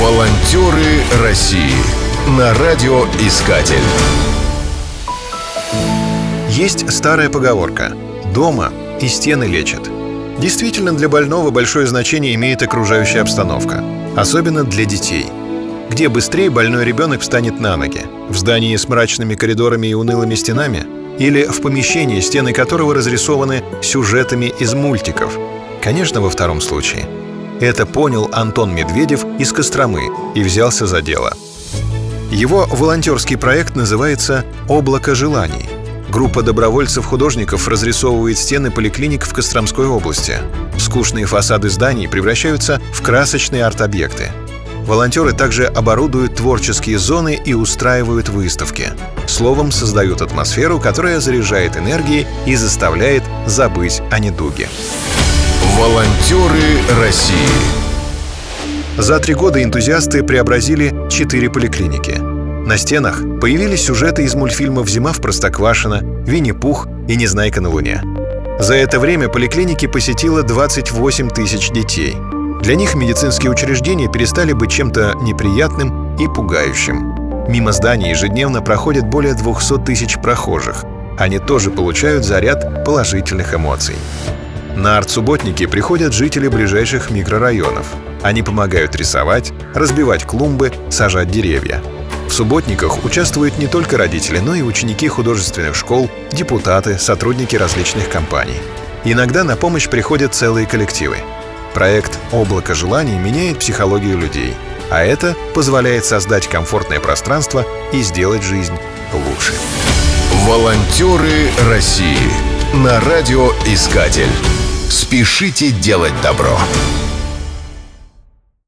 Волонтеры России на радиоискатель. Есть старая поговорка: дома и стены лечат. Действительно, для больного большое значение имеет окружающая обстановка, особенно для детей. Где быстрее больной ребенок встанет на ноги? В здании с мрачными коридорами и унылыми стенами? Или в помещении, стены которого разрисованы сюжетами из мультиков? Конечно, во втором случае. Это понял Антон Медведев из Костромы и взялся за дело. Его волонтерский проект называется «Облако желаний». Группа добровольцев-художников разрисовывает стены поликлиник в Костромской области. Скучные фасады зданий превращаются в красочные арт-объекты. Волонтеры также оборудуют творческие зоны и устраивают выставки. Словом, создают атмосферу, которая заряжает энергией и заставляет забыть о недуге. Волонтеры России. За 3 года энтузиасты преобразили 4 поликлиники. На стенах появились сюжеты из мультфильмов «Зима в Простоквашино», «Винни-Пух» и «Незнайка на Луне». За это время поликлиники посетило 28 тысяч детей. Для них медицинские учреждения перестали быть чем-то неприятным и пугающим. Мимо зданий ежедневно проходят более 200 тысяч прохожих. Они тоже получают заряд положительных эмоций. На арт-субботники приходят жители ближайших микрорайонов. Они помогают рисовать, разбивать клумбы, сажать деревья. В субботниках участвуют не только родители, но и ученики художественных школ, депутаты, сотрудники различных компаний. Иногда на помощь приходят целые коллективы. Проект «Облако желаний» меняет психологию людей, а это позволяет создать комфортное пространство и сделать жизнь лучше. Волонтеры России на радиоискатель. Спешите делать добро.